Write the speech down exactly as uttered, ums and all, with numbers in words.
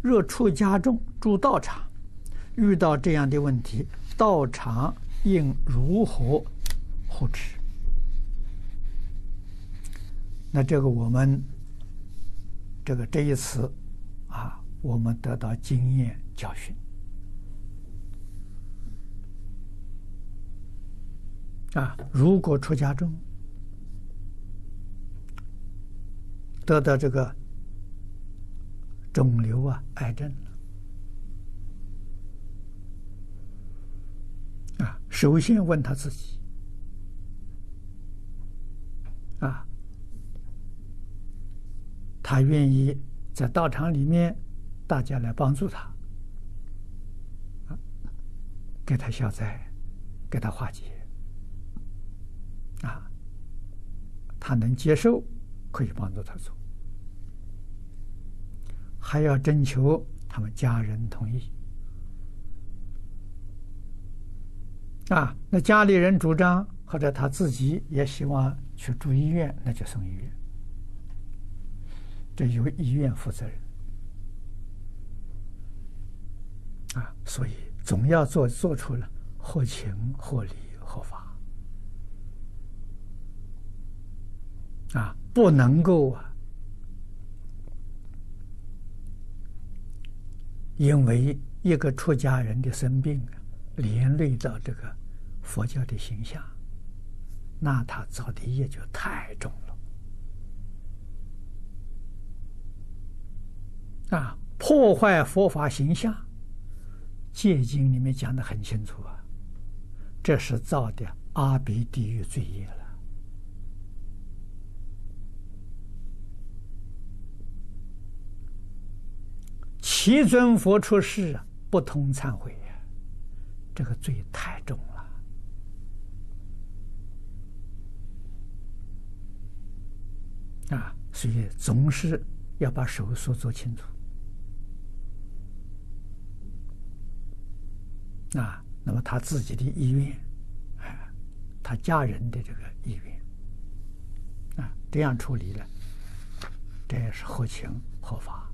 若出家众住道场，遇到这样的问题，道场应如何护持？那这个我们这个这一次啊，我们得到经验教训啊，如果出家众得到这个肿瘤啊、癌症了啊，首先问他自己啊，他愿意在道场里面大家来帮助他啊，给他消灾，给他化解啊，他能接受，可以帮助他做，还要征求他们家人同意啊。那家里人主张，或者他自己也希望去住医院，那就送医院，这由医院负责任啊。所以总要做做出了合情、合理、合法啊，不能够啊，因为一个出家人的生病啊，连累到这个佛教的形象，那他造的业就太重了啊！破坏佛法形象，戒经里面讲得很清楚啊，这是造的阿鼻地狱罪业了。其尊佛出世不通忏悔呀，这个罪太重了啊！所以总是要把手术做清楚啊。那么他自己的意愿，啊，他家人的这个意愿啊，这样处理了，这也是合情合法。